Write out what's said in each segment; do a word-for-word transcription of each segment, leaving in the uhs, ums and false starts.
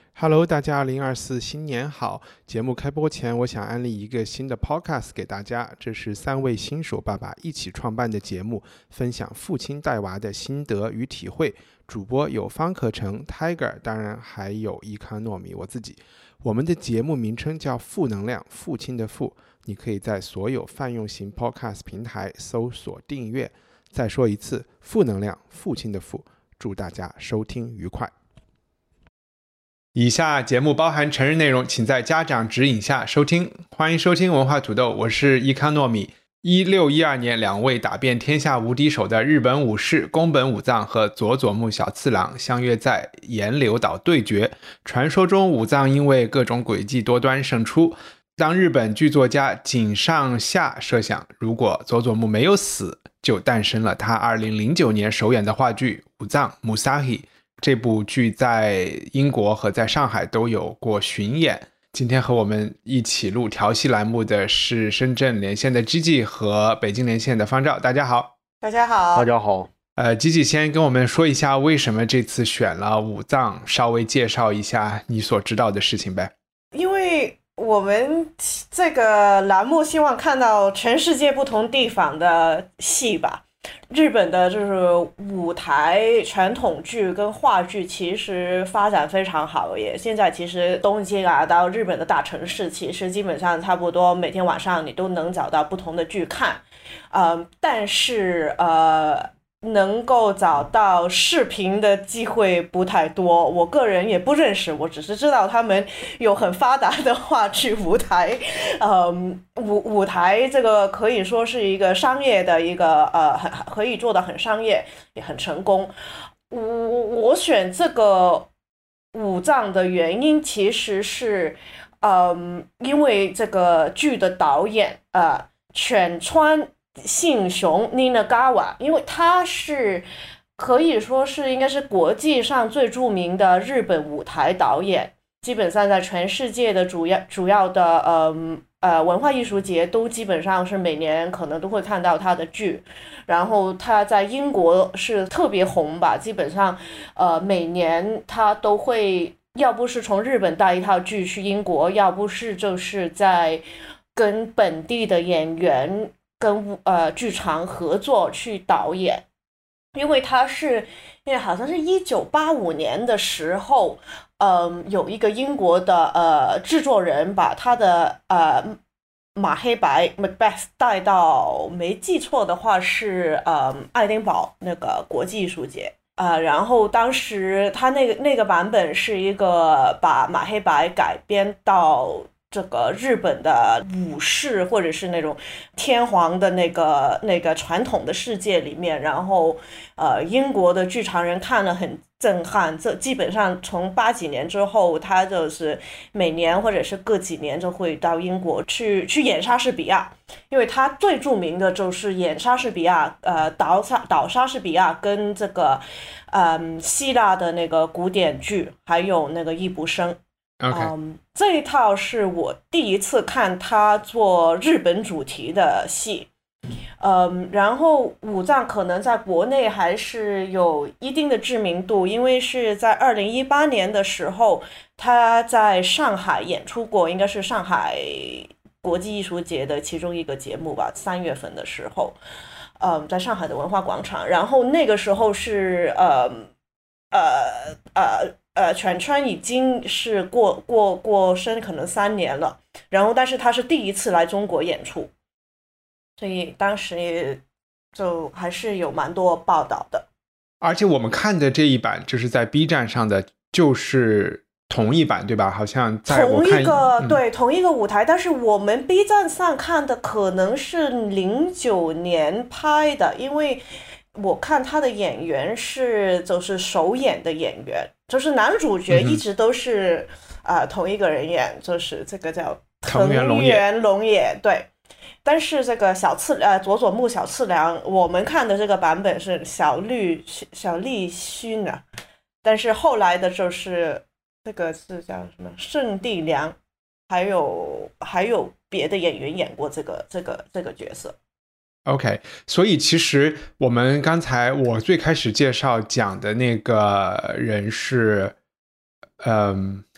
Hello， 大家二零二四新年好！节目开播前，我想安利一个新的 podcast 给大家，这是三位新手爸爸一起创办的节目，分享父亲带娃的心得与体会。主播有方可成、Tiger， 当然还有伊康糯米我自己。我们的节目名称叫负能量，父亲的父，你可以在所有泛用型 podcast 平台搜索订阅。再说一次，负能量，父亲的父，祝大家收听愉快。以下节目包含成人内容，请在家长指引下收听。欢迎收听文化土豆，我是伊康糯米。一六一二年，两位打遍天下无敌手的日本武士宫本武藏和佐佐木小次郎相约在岩流岛对决。传说中，武藏因为各种诡计多端胜出。当日本剧作家井上下设想，如果佐佐木没有死，就诞生了他二零零九年首演的话剧《武藏 Musahi》。这部剧在英国和在上海都有过巡演。今天和我们一起录调戏栏目的是深圳连线的 Gigi 和北京连线的方照。大家好。 大家好。 大家好。 呃 Gigi 先跟我们说一下为什么这次选了武藏，稍微介绍一下你所知道的事情呗。 因为我们这个栏目希望看到全世界不同地方的戏吧。日本的就是舞台传统剧跟话剧其实发展非常好耶，现在其实东京啊到日本的大城市，其实基本上差不多每天晚上你都能找到不同的剧看，呃，但是呃能够找到视频的机会不太多，我个人也不认识，我只是知道他们有很发达的话剧舞台，嗯，舞舞台这个可以说是一个商业的一个呃，很可以做得很商业，也很成功。我我选这个武藏的原因其实是，嗯，因为这个剧的导演呃犬川信雄 Ninagawa， 因为他是可以说是应该是国际上最著名的日本舞台导演，基本上在全世界的主要主要的呃呃文化艺术节都基本上是每年可能都会看到他的剧，然后他在英国是特别红吧，基本上呃每年他都会要不是从日本带一套剧去英国，要不是就是在跟本地的演员跟呃剧场合作去导演，因为他是因为好像是一九八五年的时候，嗯，有一个英国的呃制作人把他的呃马黑白 Macbeth 带到，没记错的话是呃爱丁堡那个国际艺术节。呃，然后当时他那个那个版本是一个把马黑白改编到这个日本的武士或者是那种天皇的那个那个传统的世界里面，然后呃英国的剧场人看了很震撼，这基本上从八几年之后，他就是每年或者是隔几年就会到英国去去演莎士比亚，因为他最著名的就是演莎士比亚，呃导导莎士比亚跟这个嗯希腊的那个古典剧，还有那个易卜生。 Okay. 嗯，这一套是我第一次看他做日本主题的戏，嗯，然后武藏可能在国内还是有一定的知名度，因为是在二零一八年的时候他在上海演出过，应该是上海国际艺术节的其中一个节目吧，三月份的时候，嗯，在上海的文化广场，然后那个时候是呃呃呃呃，犬川已经是过过过身可能三年了，然后但是他是第一次来中国演出，所以当时就还是有蛮多报道的。 而且我们看的这一版就是在 B 站上的，就是同一版对吧？好像在我看同一个、 嗯、 对同一个舞台，但是我们 B 站上看的可能是零九年拍的，因为我看他的演员是就是首演的演员，就是男主角一直都是、嗯呃、同一个人演，就是这个叫藤原龙也，对。但是这个小次呃佐佐木小次郎，我们看的这个版本是小绿小栗旬呢，但是后来的就是这个是叫什么圣地良，还有还有别的演员演过这个这个这个角色。 OK， 所以其实我们刚才我最开始介绍讲的那个人是，嗯，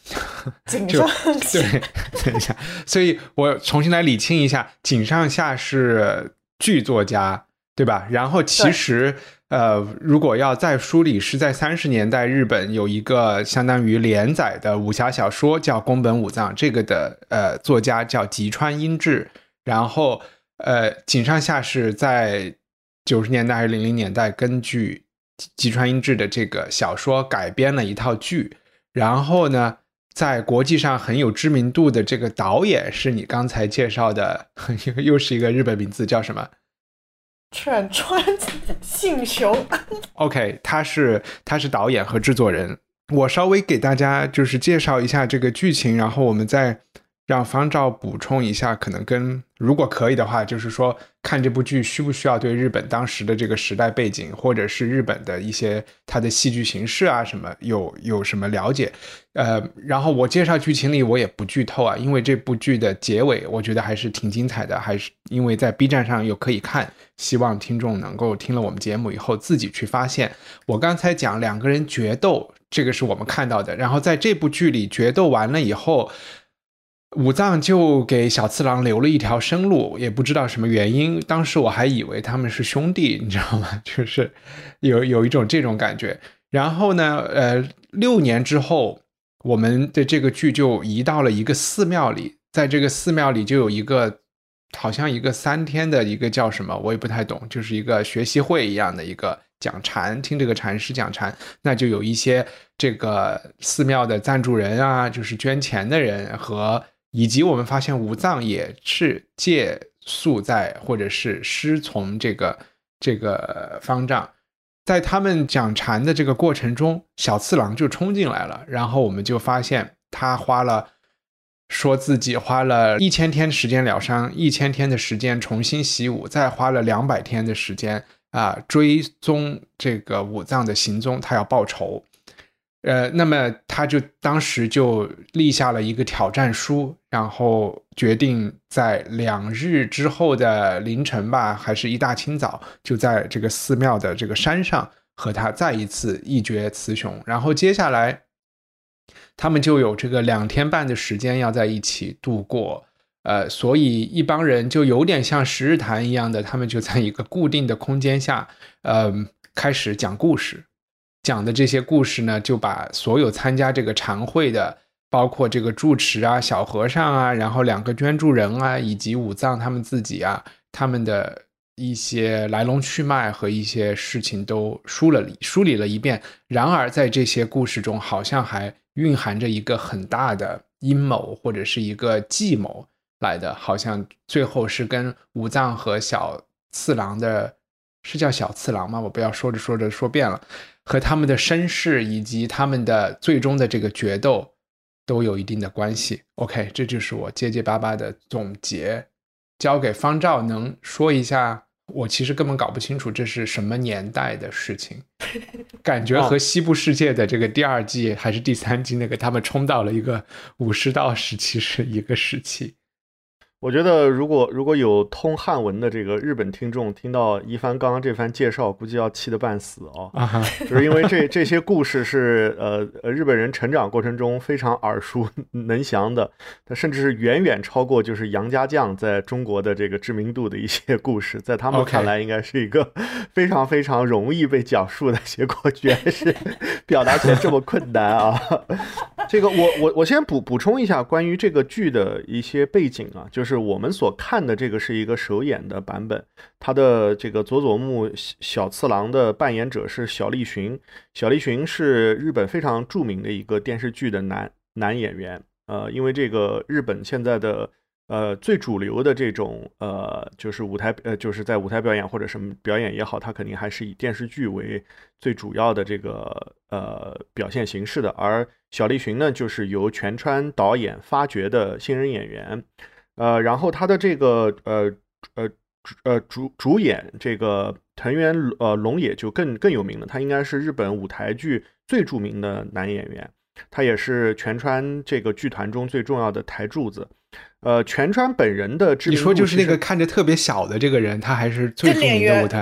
井上对，等一下，所以我重新来理清一下，井上夏是剧作家，对吧？然后其实呃，如果要再梳理，是在三十年代日本有一个相当于连载的武侠小说叫宫本武藏，这个的呃作家叫吉川英治，然后呃井上夏是在九十年代还是零零年代根据吉川英治的这个小说改编了一套剧，然后呢在国际上很有知名度的这个导演是你刚才介绍的又是一个日本名字叫什么犬川信雄 OK 他是他是导演和制作人。我稍微给大家就是介绍一下这个剧情，然后我们再让方照补充一下，可能跟如果可以的话，就是说看这部剧需不需要对日本当时的这个时代背景，或者是日本的一些它的戏剧形式啊什么有有什么了解。呃，然后我介绍剧情里我也不剧透啊，因为这部剧的结尾我觉得还是挺精彩的，还是因为在 B 站上有可以看，希望听众能够听了我们节目以后自己去发现。我刚才讲两个人决斗，这个是我们看到的，然后在这部剧里决斗完了以后，武藏就给小次郎留了一条生路，也不知道什么原因，当时我还以为他们是兄弟，你知道吗？就是有有一种这种感觉。然后呢呃，六年之后我们的这个剧就移到了一个寺庙里，在这个寺庙里就有一个好像一个三天的一个叫什么我也不太懂，就是一个学习会一样的一个讲禅，听这个禅师讲禅，那就有一些这个寺庙的赞助人啊，就是捐钱的人，和以及我们发现武藏也是借宿在或者是师从这个这个方丈。在他们讲禅的这个过程中，小次郎就冲进来了，然后我们就发现他花了说自己花了一千天时间疗伤，一千天的时间重新习武，再花了两百天的时间啊，追踪这个武藏的行踪，他要报仇。呃，那么他就当时就立下了一个挑战书，然后决定在两日之后的凌晨吧，还是一大清早，就在这个寺庙的这个山上和他再一次一决雌雄。然后接下来他们就有这个两天半的时间要在一起度过。呃，所以一帮人就有点像十日谈一样的，他们就在一个固定的空间下，呃，开始讲故事。讲的这些故事呢，就把所有参加这个禅会的，包括这个住持啊、小和尚啊，然后两个捐助人啊，以及武藏他们自己啊，他们的一些来龙去脉和一些事情都梳了梳理了一遍。然而在这些故事中，好像还蕴含着一个很大的阴谋或者是一个计谋来的，好像最后是跟武藏和小次郎的，是叫小次郎吗？我不要说着说着说变了，和他们的身世以及他们的最终的这个决斗都有一定的关系。 OK， 这就是我结结巴巴的总结，交给方照能说一下。我其实根本搞不清楚这是什么年代的事情，感觉和西部世界的这个第二季还是第三季那个他们冲到了一个武士道时期是一个时期。 我觉得如果如果有通汉文的这个日本听众听到一帆刚刚这番介绍，估计要气得半死哦。啊、就是因为这这些故事是呃日本人成长过程中非常耳熟能详的，它甚至是远远超过就是杨家将在中国的这个知名度的一些故事，在他们看来应该是一个非常非常容易被讲述的，结果居然是表达起来这么困难啊！这个我我我先补补充一下关于这个剧的一些背景啊，就是我们所看的这个是一个首演的版本，他的这个佐佐木小次郎的扮演者是小栗旬，小栗旬是日本非常著名的一个电视剧的男男演员，呃，因为这个日本现在的呃最主流的这种呃就是舞台呃就是在舞台表演或者什么表演也好，它肯定还是以电视剧为最主要的这个呃表现形式的，而小栗旬呢就是由全川导演发掘的新人演员。呃，然后他的这个呃呃呃主主演这个藤原呃龙也就更更有名了，他应该是日本舞台剧最著名的男演员，他也是全川这个剧团中最重要的台柱子。呃，全川本人的知名度， 你说就是那个看着特别小的这个人，他还是最著名的舞台。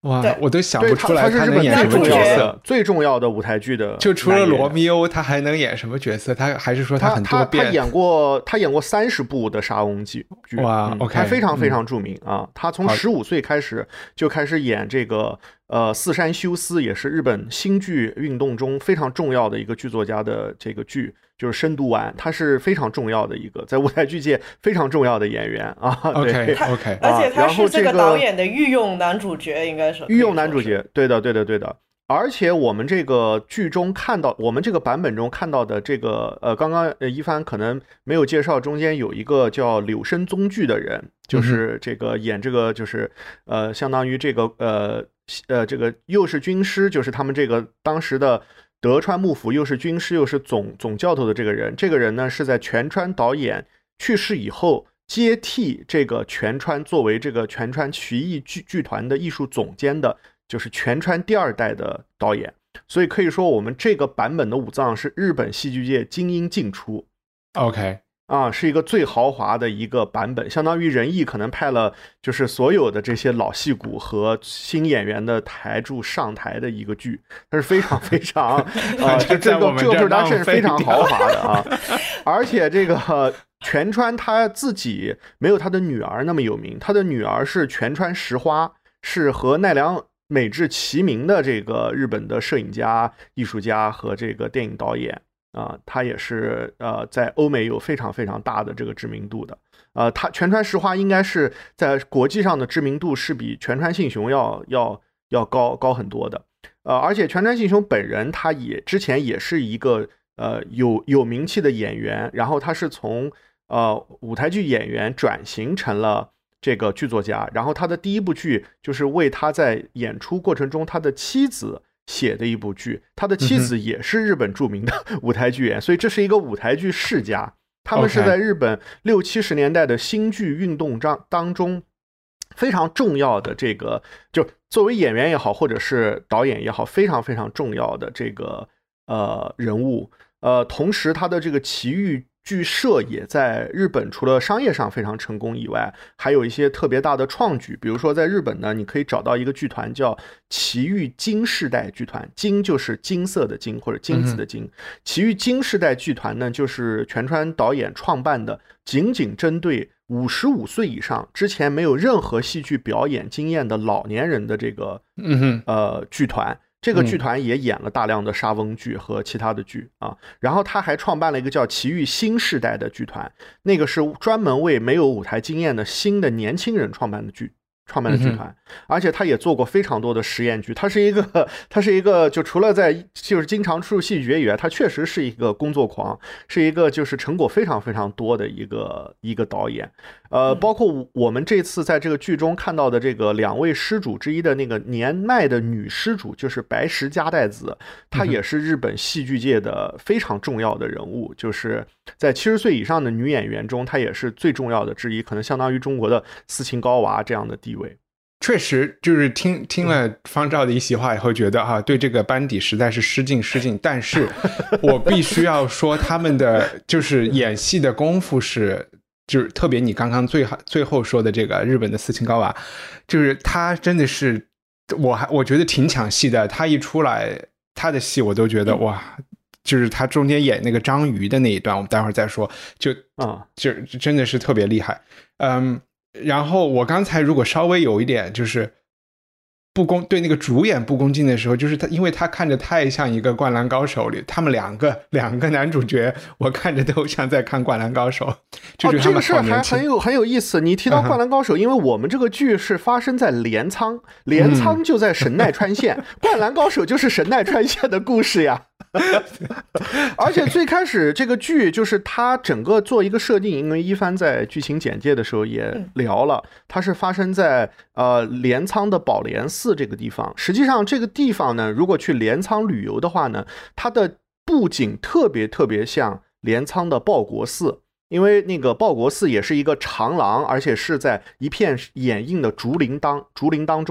哇，我都想不出来他能演什么角色。 最重要的舞台剧的， 就除了罗密欧，他还能演什么角色？他还是说他很多遍？ 他他演过，他演过三十部的莎翁剧。 哇、 嗯、 ，OK， 他非常非常著名、嗯、啊！他从十五岁开始就开始演这个呃四山修斯，也是日本新剧运动中非常重要的一个剧作家的这个剧。就是深度丸，他是非常重要的一个在舞台剧界非常重要的演员啊。 OK OK， 而且他是这个导演的御用男主角，应该是御用男主角。对的，对的，对的。而且我们这个剧中看到，我们这个版本中看到的这个呃，刚刚一帆可能没有介绍，中间有一个叫柳生宗具的人，就是这个演这个就是呃，相当于这个呃呃这个又是军师，就是他们这个当时的。德川幕府又是军师又是总总教头的这个人，这个人呢是在全川导演去世以后接替这个全川作为这个全川曲艺剧剧团的艺术总监的，就是全川第二代的导演。所以可以说我们这个版本的武藏是日本戏剧界精英进出。 OK， 啊，是一个最豪华的一个版本，相当于仁义可能派了就是所有的这些老戏骨和新演员的台柱上台的一个剧，它是非常非常啊，这这个这个 production 是非常豪华的啊，而且这个全川他自己没有他的女儿那么有名，他的女儿是全川石花，是和奈良美智齐名的这个日本的摄影家、艺术家和这个电影导演。啊、呃，他也是呃，在欧美有非常非常大的这个知名度的。呃，他全川石花应该是在国际上的知名度是比全川信雄要要要高高很多的。呃，而且全川信雄本人他也之前也是一个呃有有名气的演员，然后他是从呃舞台剧演员转型成了这个剧作家，然后他的第一部剧就是为他在演出过程中他的妻子写的一部剧，他的妻子也是日本著名的舞台剧演员、嗯、所以这是一个舞台剧世家，他们是在日本六七十年代的新剧运动当中非常重要的这个，就作为演员也好或者是导演也好非常非常重要的这个呃人物。呃，同时他的这个奇遇剧社也在日本除了商业上非常成功以外，还有一些特别大的创举。比如说在日本呢，你可以找到一个剧团叫奇遇金世代剧团，金就是金色的金或者金子的金、嗯、奇遇金世代剧团呢就是全川导演创办的，仅仅针对五十五岁以上之前没有任何戏剧表演经验的老年人的这个、嗯、呃剧团。这个剧团也演了大量的莎翁剧和其他的剧啊，然后他还创办了一个叫奇遇新世代的剧团，那个是专门为没有舞台经验的新的年轻人创办的剧创办的剧团、嗯、而且他也做过非常多的实验剧，他是一个他是一个就除了在就是经常出入戏剧节以外，他确实是一个工作狂，是一个就是成果非常非常多的一个一个导演。呃，包括我们这次在这个剧中看到的这个两位施主之一的那个年迈的女施主，就是白石加代子，她也是日本戏剧界的非常重要的人物，就是在七十岁以上的女演员中，她也是最重要的之一，可能相当于中国的斯琴高娃这样的地位。 确实，就是听听了方照的一席话以后，觉得哈、啊，对这个班底实在是失敬失敬。但是我必须要说，他们的就是演戏的功夫是。就是特别你刚刚最最后说的这个日本的斯琴高娃，就是他真的是我还我觉得挺抢戏的，他一出来他的戏我都觉得哇，就是他中间演那个章鱼的那一段我们待会儿再说，就啊就真的是特别厉害。嗯，然后我刚才如果稍微有一点就是不恭对那个主演不恭敬的时候，就是他因为他看着太像一个灌篮高手里，他们两个两个男主角我看着都像在看灌篮高手，就觉得他们好年轻、哦、这个事还很有很有意思。你提到灌篮高手、嗯、因为我们这个剧是发生在镰仓，镰仓就在神奈川县、嗯、灌篮高手就是神奈川县的故事呀。而且最开始这个剧就是它整个做一个设定，因为一帆在剧情简介的时候也聊了，它是发生在呃镰仓的宝莲寺这个地方。实际上这个地方呢，如果去镰仓旅游的话呢，它的布景特别特别像镰仓的报国寺，因为那个报国寺也是一个长廊，而且是在一片掩映的竹林当竹林当中的。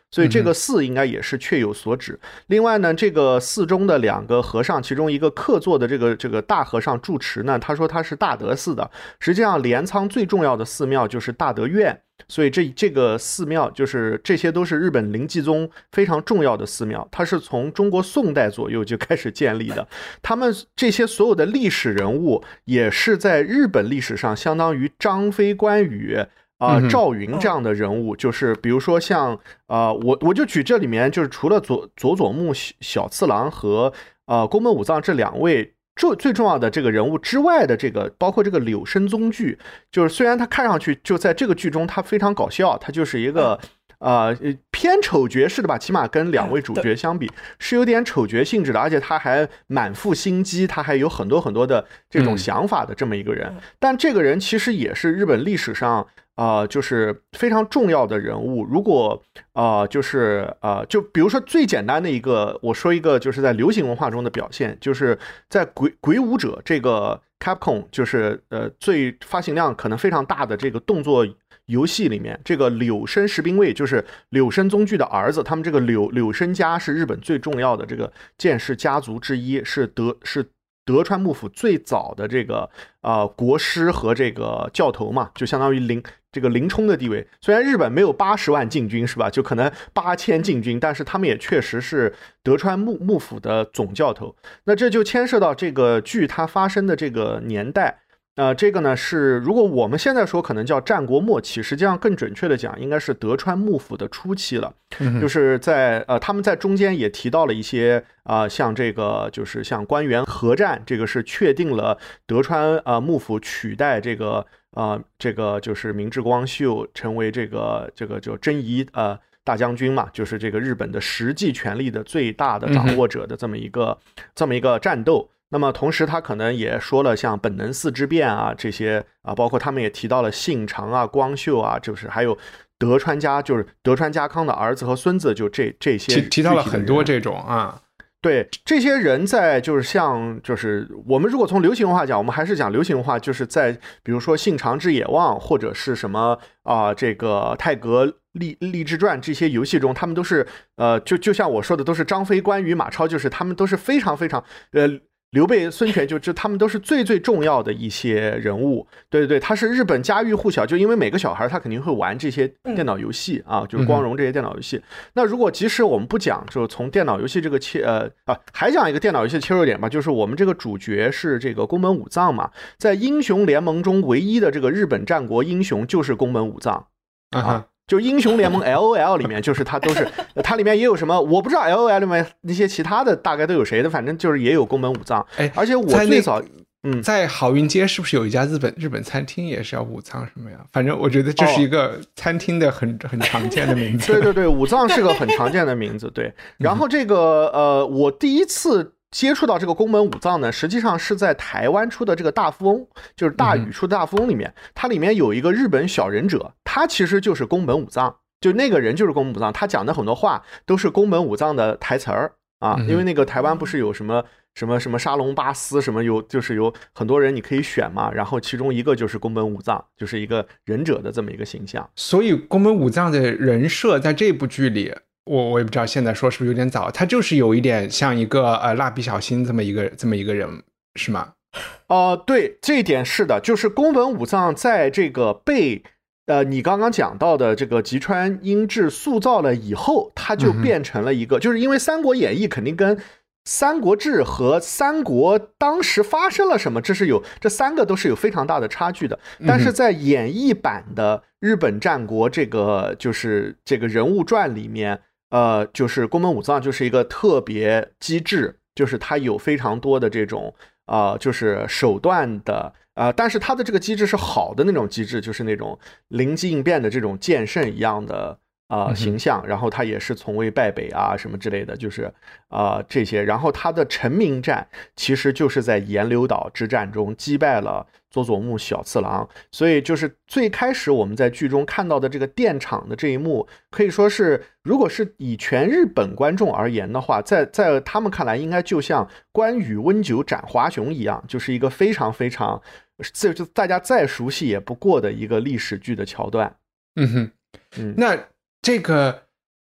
所以这个寺应该也是确有所指。另外呢，这个寺中的两个和尚，其中一个客座的这个这个大和尚住持呢，他说他是大德寺的。实际上镰仓最重要的寺庙就是大德院，所以这这个寺庙就是这些都是日本临济宗非常重要的寺庙，它是从中国宋代左右就开始建立的。他们这些所有的历史人物也是在日本历史上相当于张飞、关羽啊、呃、赵云这样的人物，就是比如说像啊、呃，我我就举这里面就是除了佐佐佐木小次郎和呃宫本武藏这两位最最重要的这个人物之外的这个，包括这个柳生宗具，就是虽然他看上去就在这个剧中他非常搞笑，他就是一个呃偏丑角式的吧，起码跟两位主角相比是有点丑角性质的，而且他还满腹心机，他还有很多很多的这种想法的这么一个人。但这个人其实也是日本历史上呃，就是非常重要的人物。如果呃，就是呃，就比如说最简单的一个，我说一个，就是在流行文化中的表现，就是在鬼鬼武者这个 Capcom， 就是呃最发行量可能非常大的这个动作游戏里面，这个柳生十兵卫就是柳生宗具的儿子，他们这个柳柳生家是日本最重要的这个剑士家族之一，是德是。德川幕府最早的这个呃国师和这个教头嘛，就相当于林这个林冲的地位。虽然日本没有八十万禁军是吧，就可能八千禁军，但是他们也确实是德川幕幕府的总教头。那这就牵涉到这个剧它发生的这个年代。呃，这个呢是如果我们现在说可能叫战国末期，实际上更准确的讲应该是德川幕府的初期了。嗯、就是在呃他们在中间也提到了一些啊、呃，像这个就是像关原合战，这个是确定了德川呃幕府取代这个呃这个就是明智光秀成为这个这个就征夷呃大将军嘛，就是这个日本的实际权力的最大的掌握者的这么一个、嗯、这么一个战斗。那么同时他可能也说了像本能寺之变啊这些啊，包括他们也提到了信长啊、光秀啊，就是还有德川家，就是德川家康的儿子和孙子，就这这些提到了很多这种啊。 对，这些人在就是像就是我们如果从流行文化讲，我们还是讲流行文化，就是在比如说信长之野望或者是什么啊、呃、这个泰格励励志传这些游戏中，他们都是呃就就像我说的，都是张飞、关羽、马超，就是他们都是非常非常呃。刘备、孙权就就他们都是最最重要的一些人物，对对对，他是日本家喻户晓，就因为每个小孩他肯定会玩这些电脑游戏啊，就是光荣这些电脑游戏。那如果即使我们不讲，就从电脑游戏这个切呃啊，还讲一个电脑游戏切入点吧，就是我们这个主角是这个宫本武藏嘛，在英雄联盟中唯一的这个日本战国英雄就是宫本武藏啊。就英雄联盟 L O L 里面，就是它都是，它里面也有什么，我不知道 L O L 里面那些其他的大概都有谁的，反正就是也有宫本武藏。 哎， 而且我最早，嗯， 在好运街是不是有一家日本日本餐厅也是叫武藏什么呀？反正我觉得这是一个餐厅的很、哦、很常见的名字。 对对对，武藏是个很常见的名字。对，然后这个呃，我第一次接触到这个宫本武藏呢，实际上是在台湾出的这个大富翁，就是大宇出的大富翁里面，嗯、它里面有一个日本小忍者，他其实就是宫本武藏，就那个人就是宫本武藏，他讲的很多话都是宫本武藏的台词儿啊，因为那个台湾不是有什么什么什么沙龙巴斯什么有，就是有很多人你可以选嘛，然后其中一个就是宫本武藏，就是一个忍者的这么一个形象。 所以宫本武藏的人设在这部剧里。我我也不知道现在说是不是有点早，他就是有一点像一个呃蜡笔小新这么一个这么一个人是吗？ 哦、呃，对，这一点是的，就是宫本武藏在这个被呃你刚刚讲到的这个吉川英治塑造了以后，他就变成了一个，嗯、就是因为《三国演义》肯定跟《三国志》和三国当时发生了什么，这是有这三个都是有非常大的差距的。但是在演绎版的日本战国这个就是这个人物传里面。呃，就是宫本武藏就是一个特别机智，就是他有非常多的这种呃，就是手段的呃，但是他的这个机智是好的那种机智，就是那种灵机应变的这种剑圣一样的呃形象，然后他也是从未败北啊什么之类的，就是呃这些，然后他的成名战其实就是在岩流岛之战中击败了佐佐木小次郎，所以就是最开始我们在剧中看到的这个电场的这一幕，可以说是如果是以全日本观众而言的话，在在他们看来应该就像关羽温酒斩华雄一样，就是一个非常非常这就大家再熟悉也不过的一个历史剧的桥段。 嗯哼，嗯，那这个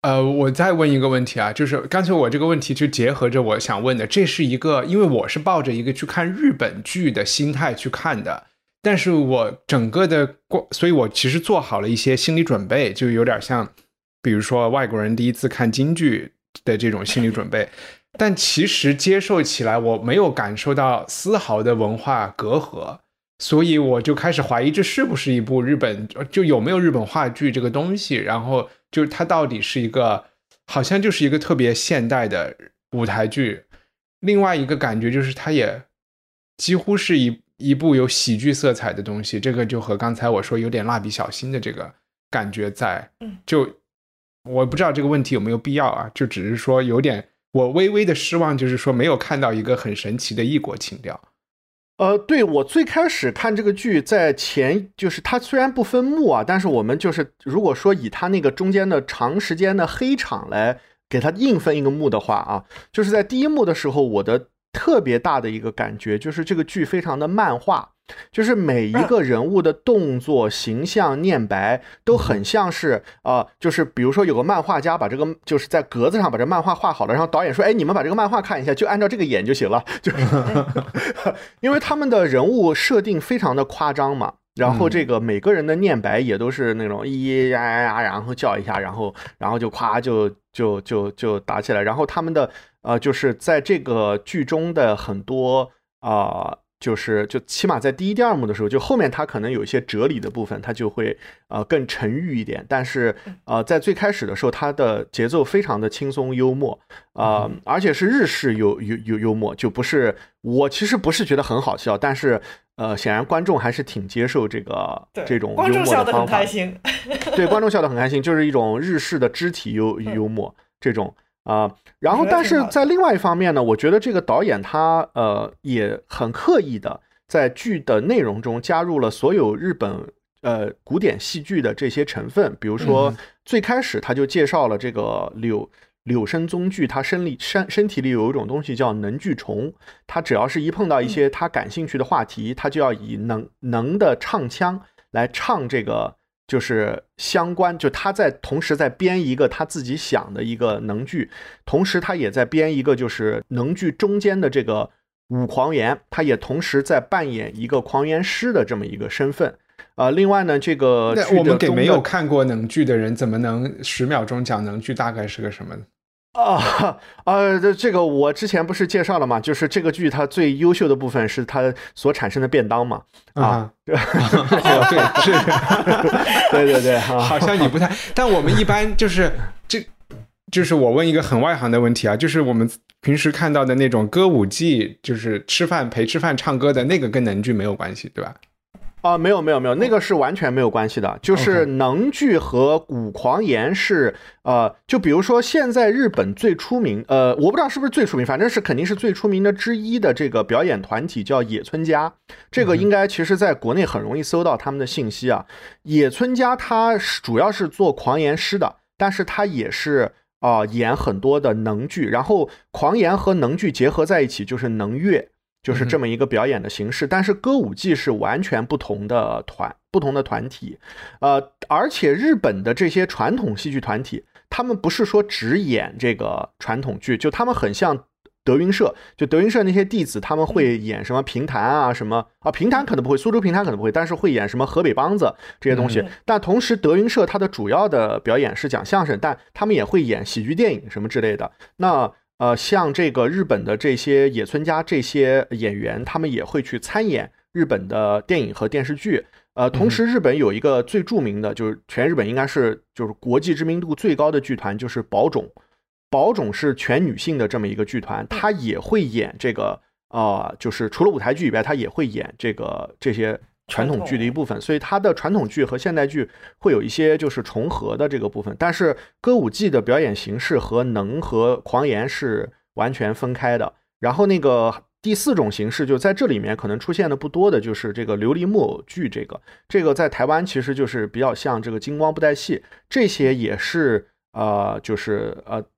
呃，我再问一个问题啊，就是刚才我这个问题就结合着我想问的，这是一个，因为我是抱着一个去看日本剧的心态去看的，但是我整个的，所以我其实做好了一些心理准备，就有点像，比如说外国人第一次看京剧的这种心理准备，但其实接受起来我没有感受到丝毫的文化隔阂，所以我就开始怀疑这是不是一部日本，就有没有日本话剧这个东西，然后就是它到底是一个好像就是一个特别现代的舞台剧。另外一个感觉就是它也几乎是一一部有喜剧色彩的东西，这个就和刚才我说有点蜡笔小新的这个感觉在，就我不知道这个问题有没有必要啊，就只是说有点我微微的失望，就是说没有看到一个很神奇的异国情调。 呃，对，我最开始看这个剧，在前就是它虽然不分幕啊，但是我们就是如果说以它那个中间的长时间的黑场来给它硬分一个幕的话啊，就是在第一幕的时候，我的特别大的一个感觉就是这个剧非常的漫画，就是每一个人物的动作、形象、念白都很像是啊、呃，就是比如说有个漫画家把这个就是在格子上把这漫画画好了，然后导演说，哎，你们把这个漫画看一下，就按照这个演就行了，就是因为他们的人物设定非常的夸张嘛。然后这个每个人的念白也都是那种咿呀呀呀，然后叫一下，然后然后就夸就就就就打起来。然后他们的呃，就是在这个剧中的很多啊、呃，就是就起码在第一、第二幕的时候，就后面他可能有一些哲理的部分，他就会呃更沉郁一点。但是呃，在最开始的时候，他的节奏非常的轻松幽默啊、呃，而且是日式幽幽幽幽默，就不是我其实不是觉得很好笑，但是。呃，显然观众还是挺接受这个这种幽默的方法， 观众笑得很开心。 对，观众笑得很开心，就是一种日式的肢体幽幽默这种啊、呃。然后，但是在另外一方面呢，我觉得这个导演他呃也很刻意的在剧的内容中加入了所有日本呃古典戏剧的这些成分，比如说最开始他就介绍了这个柳。柳生宗具，他身里身身体里有一种东西叫能具虫，他只要是一碰到一些他感兴趣的话题，他就要以能能的唱腔来唱这个，就是相关，就他在同时在编一个他自己想的一个能具，同时他也在编一个就是能具中间的这个武狂言，他也同时在扮演一个狂言师的这么一个身份。呃，另外呢，这个我们给没有看过能剧的人，怎么能十秒钟讲能剧大概是个什么呢？ 啊啊，这这个我之前不是介绍了吗？就是这个剧它最优秀的部分是它所产生的便当嘛。啊，对， 是， 对对对， 好像你不太，但我们一般就是这，就是我问一个很外行的问题啊，就是我们平时看到的那种歌舞伎，就是吃饭陪吃饭唱歌的那个，跟能剧没有关系，对吧？ 啊、呃，没有没有没有，那个是完全没有关系的。就是能剧和武狂言是呃，就比如说现在日本最出名，呃，我不知道是不是最出名，反正是肯定是最出名的之一的这个表演团体叫野村家。这个应该其实在国内很容易搜到他们的信息啊。野村家他主要是做狂言师的，但是他也是啊、呃、演很多的能剧，然后狂言和能剧结合在一起就是能乐。就是这么一个表演的形式，但是歌舞伎是完全不同的团，不同的团体，呃，而且日本的这些传统戏剧团体，他们不是说只演这个传统剧，就他们很像德云社，就德云社那些弟子，他们会演什么评弹啊，什么啊，评弹可能不会，苏州评弹可能不会，但是会演什么河北梆子这些东西。但同时，德云社它的主要的表演是讲相声，但他们也会演喜剧电影什么之类的。那呃，像这个日本的这些野村家这些演员，他们也会去参演日本的电影和电视剧。呃，同时日本有一个最著名的，就是全日本应该是就是国际知名度最高的剧团，就是宝冢。宝冢是全女性的这么一个剧团，她也会演这个呃，就是除了舞台剧以外，她也会演这个这些传统剧的一部分，所以它的传统剧和现代剧会有一些就是重合的这个部分，但是歌舞伎的表演形式和能和狂言是完全分开的。然后那个第四种形式就在这里面可能出现的不多的就是这个琉璃木偶剧，这个这个在台湾其实就是比较像这个金光布袋戏，这些也是呃就是呃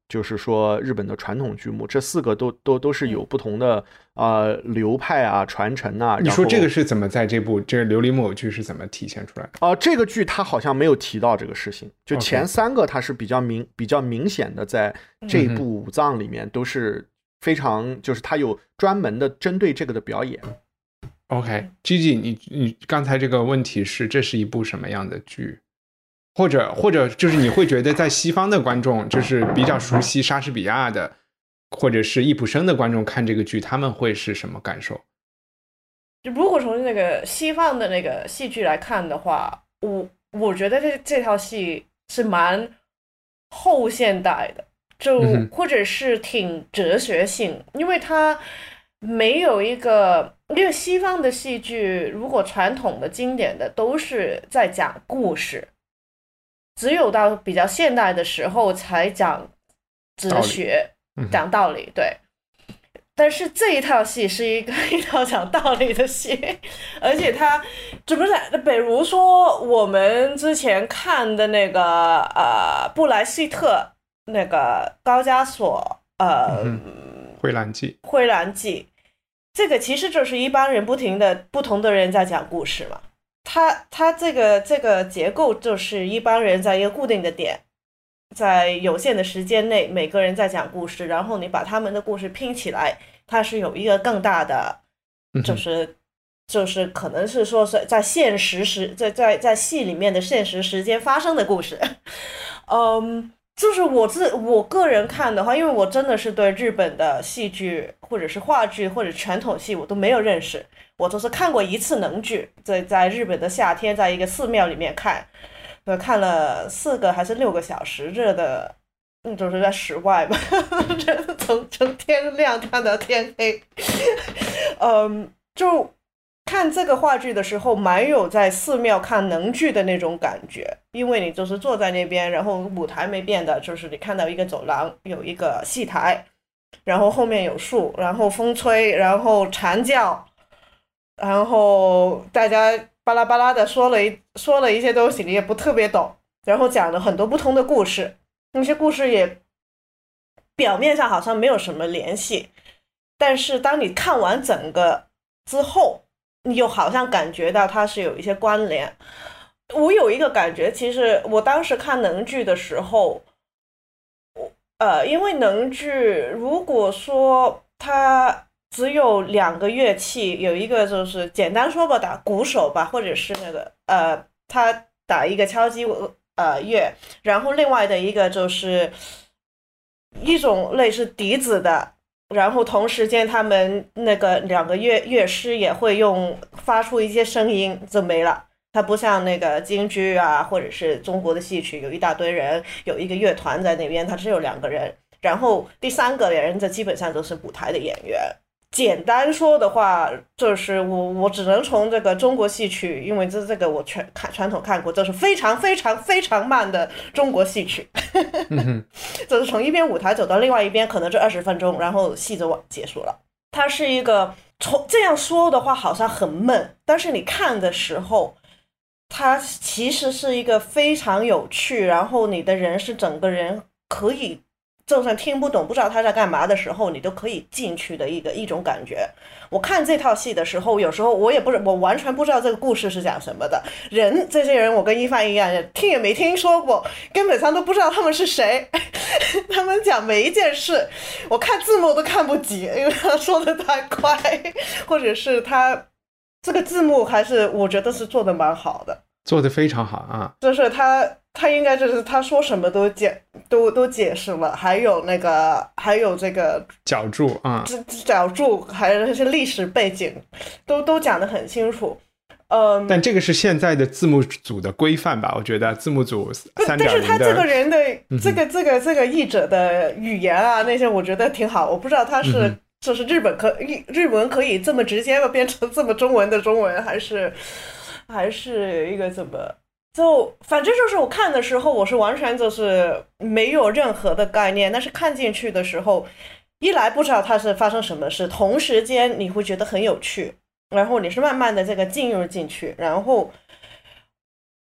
就是说日本的传统剧目，这四个都都都是有不同的呃流派啊、传承啊。 你说这个是怎么在这部这个琉璃木偶剧是怎么体现出来的？ 啊、呃，这个剧它好像没有提到这个事情，就前三个它是比较明、okay. 比较明显的，在这一部武藏里面都是非常，就是它有专门的针对这个的表演。 OK，Gigi，、okay. 你你刚才这个问题是这是一部什么样的剧？或者或者就是你会觉得在西方的观众，就是比较熟悉莎士比亚的，或者是易卜生的观众看这个剧，他们会是什么感受？ 如果从那个西方的那个戏剧来看的话，我我觉得这这套戏是蛮后现代的，就或者是挺哲学性，因为它没有一个，因为西方的戏剧如果传统的经典的都是在讲故事。只有到比较现代的时候才讲哲学，道讲道理，对。但是这一套戏是一个一套讲道理的戏，而且它怎么讲？比如说我们之前看的那个呃布莱希特那个高加索呃《 灰蓝记》， 灰蓝记，这个其实就是一帮人不停的不同的人在讲故事嘛。它它这个这个结构就是一帮人在一个固定的点，在有限的时间内，每个人在讲故事，然后你把他们的故事拼起来，它是有一个更大的，就是、嗯、就是可能是说是在现实时在在在戏里面的现实时间发生的故事。嗯，就是我自我个人看的话，因为我真的是对日本的戏剧或者是话剧或者传统戏我都没有认识。我就是看过一次能剧，在在日本的夏天，在一个寺庙里面看，呃，看了四个还是六个小时，热的，嗯，就是在室外嘛，从从天亮看到天黑，嗯，就看这个话剧的时候，蛮有在寺庙看能剧的那种感觉，因为你就是坐在那边，然后舞台没变的，就是你看到一个走廊，有一个戏台，然后后面有树，然后风吹，然后蝉叫。然后大家巴拉巴拉的说了一说了一些东西，你也不特别懂，然后讲了很多不同的故事，那些故事也表面上好像没有什么联系，但是当你看完整个之后，你又好像感觉到它是有一些关联。我有一个感觉，其实我当时看能剧的时候，呃，因为能剧如果说它只有两个乐器，有一个就是简单说吧，打鼓手吧，或者是那个呃，他打一个敲击呃乐，然后另外的一个就是一种类似笛子的，然后同时间他们那个两个乐乐师也会用发出一些声音，就没了。它不像那个京剧啊，或者是中国的戏曲，有一大堆人，有一个乐团在那边，它只有两个人，然后第三个人这基本上都是舞台的演员。简单说的话，就是我我只能从这个中国戏曲，因为这这个我全看传统看过，就是非常非常非常慢的中国戏曲，嗯、就是从一边舞台走到另外一边，可能就二十分钟，然后戏就结束了。它是一个从这样说的话好像很闷，但是你看的时候，它其实是一个非常有趣，然后你的人是整个人可以。就算听不懂不知道他在干嘛的时候，你都可以进去的一个一种感觉。我看这套戏的时候，有时候我也不是我完全不知道这个故事是讲什么的，人这些人我跟一帆一样，听也没听说过，根本上都不知道他们是谁。他们讲每一件事，我看字幕都看不及，因为他说的太快，或者是他这个字幕还是我觉得是做的蛮好的， 做的非常好啊， 就是他。他应该就是他说什么都解都都解释了，还有那个还有这个脚注啊， 脚注还有那些历史背景，都都讲得很清楚。嗯， 但这个是现在的字幕组的规范吧？我觉得字幕组三点零的， 但是他这个人的这个、嗯、这个这个译者的语言啊那些，我觉得挺好。我不知道他是、嗯、就是日本可日文可以这么直接的变成这么中文的中文，还是还是一个怎么？就反正就是我看的时候，我是完全就是没有任何的概念，但是看进去的时候，一来不知道它是发生什么事，同时间你会觉得很有趣，然后你是慢慢的这个进入进去，然后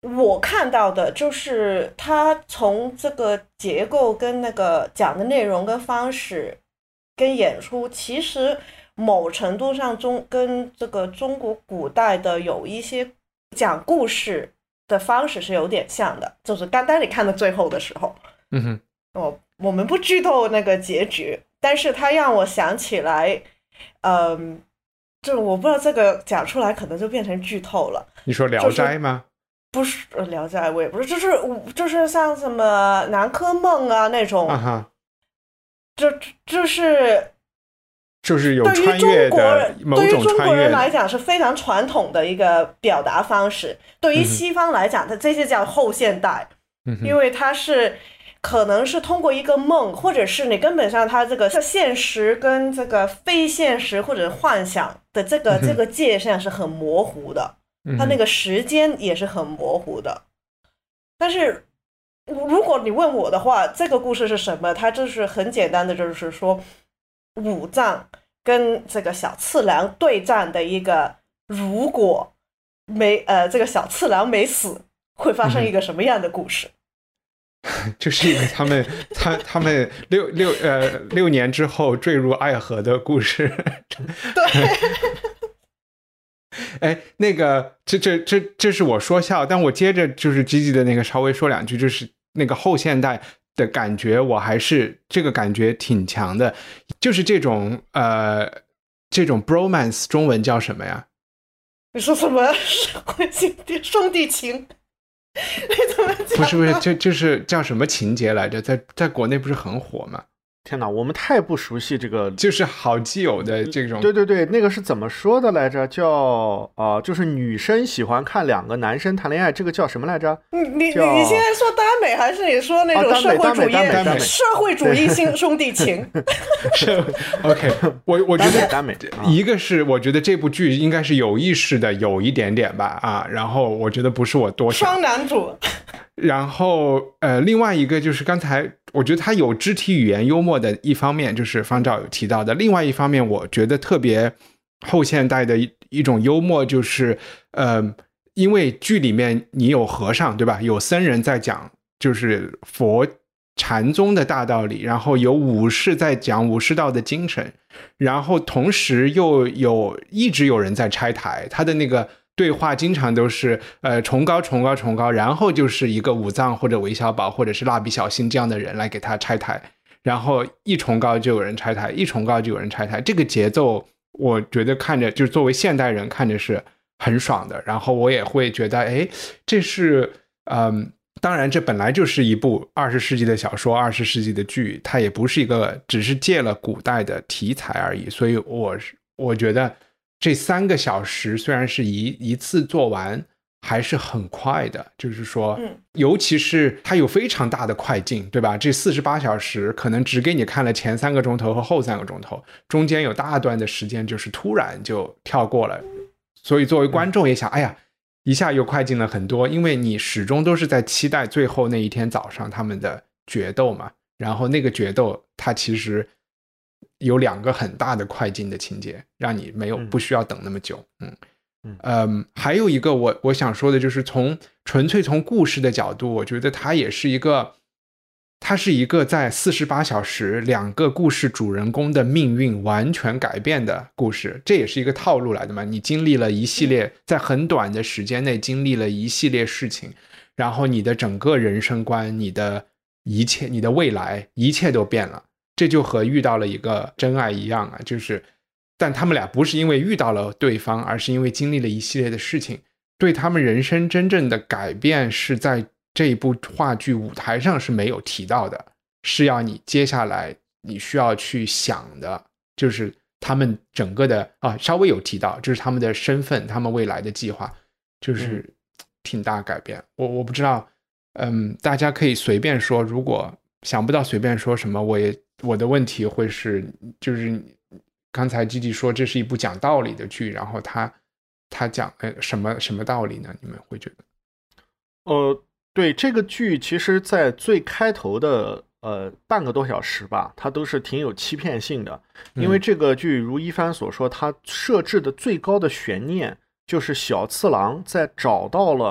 我看到的就是他从这个结构跟那个讲的内容跟方式跟演出，其实某程度上中跟这个中国古代的有一些讲故事的方式是有点像的，就是刚刚你看到最后的时候， 嗯哼， 哦，我们不剧透那个结局，但是他让我想起来，嗯，就我不知道这个讲出来可能就变成剧透了。 你说《聊斋》吗？ 不是《聊斋》，我也不是，就是就是像什么南柯梦啊那种， 啊哈， 就就是就是有穿越的某种穿越的， 对于中国人来讲是非常传统的一个表达方式，对于西方来讲，它这些叫后现代， 嗯、 因为它是可能是通过一个梦，或者是你根本上它这个现实跟这个非现实或者幻想的这个、嗯、这个界限是很模糊的，它那个时间也是很模糊的。但是如果你问我的话，这个故事是什么？它就是很简单的，就是说武藏跟这个小次郎对战的一个，如果没呃这个小次郎没死，会发生一个什么样的故事？ 嗯、就是一个他们他他们六六呃六年之后坠入爱河的故事。 对。 哎，那个，这这这这是我说笑，但我接着就是积极的那个稍微说两句，就是那个后现代的感觉，我还是这个感觉挺强的，就是这种呃这种 bromance 中文叫什么呀？ 你说什么兄弟情？你怎么讲？ 不是不是，这就是叫什么情节来着？在在国内不是很火吗？ 天哪，我们太不熟悉这个， 就是好基友的这种。 对对对，那个是怎么说的来着？叫啊、呃，就是女生喜欢看两个男生谈恋爱，这个叫什么来着？ 你你你现在说耽美，还是你说那种社会主义、 啊、 社会主义兄兄弟情？ 是 OK， 我我觉得耽美， 一个是我觉得这部剧应该是有意识的，有一点点吧啊，然后我觉得不是我多想。 双男主。 然后呃，另外一个就是刚才我觉得他有肢体语言幽默的一方面，就是方照有提到的，另外一方面我觉得特别后现代的一一种幽默，就是呃，因为剧里面你有和尚对吧，有僧人在讲就是佛禅宗的大道理，然后有武士在讲武士道的精神，然后同时又有一直有人在拆台，他的那个对话经常都是呃崇高崇高崇高，然后就是一个武藏或者韦小宝或者是蜡笔小新这样的人来给他拆台，然后一崇高就有人拆台，一崇高就有人拆台，这个节奏我觉得看着就是作为现代人看着是很爽的，然后我也会觉得哎，这是嗯，当然这本来就是一部二十世纪的小说，二十世纪的剧，它也不是一个只是借了古代的题材而已，所以我我觉得这三个小时虽然是一一次做完，还是很快的，就是说， 嗯， 尤其是它有非常大的快进，对吧？这四十八小时可能只给你看了前三个钟头和后三个钟头，中间有大段的时间就是突然就跳过了，所以作为观众也想，哎呀，一下又快进了很多，因为你始终都是在期待最后那一天早上他们的决斗嘛，然后那个决斗它其实有两个很大的快进的情节，让你没有不需要等那么久。嗯嗯嗯，还有一个我我想说的就是从纯粹从故事的角度，我觉得它也是一个，它是一个在四十八小时两个故事主人公的命运完全改变的故事，这也是一个套路来的嘛。你经历了一系列，在很短的时间内经历了一系列事情，然后你的整个人生观，你的一切，你的未来，一切都变了。这就和遇到了一个真爱一样啊，就是但他们俩不是因为遇到了对方，而是因为经历了一系列的事情，对他们人生真正的改变是在这一部话剧舞台上是没有提到的，是要你接下来你需要去想的，就是他们整个的啊，稍微有提到，就是他们的身份，他们未来的计划，就是挺大改变。我我不知道，嗯，大家可以随便说，如果想不到随便说什么，我也我的问题会是，就是刚才Gigi说这是一部讲道理的剧，然后他他讲呃什么什么道理呢？你们会觉得？ 呃，对，这个剧其实在最开头的呃半个多小时吧，它都是挺有欺骗性的，因为这个剧如一帆所说，它设置的最高的悬念就是小次郎在找到了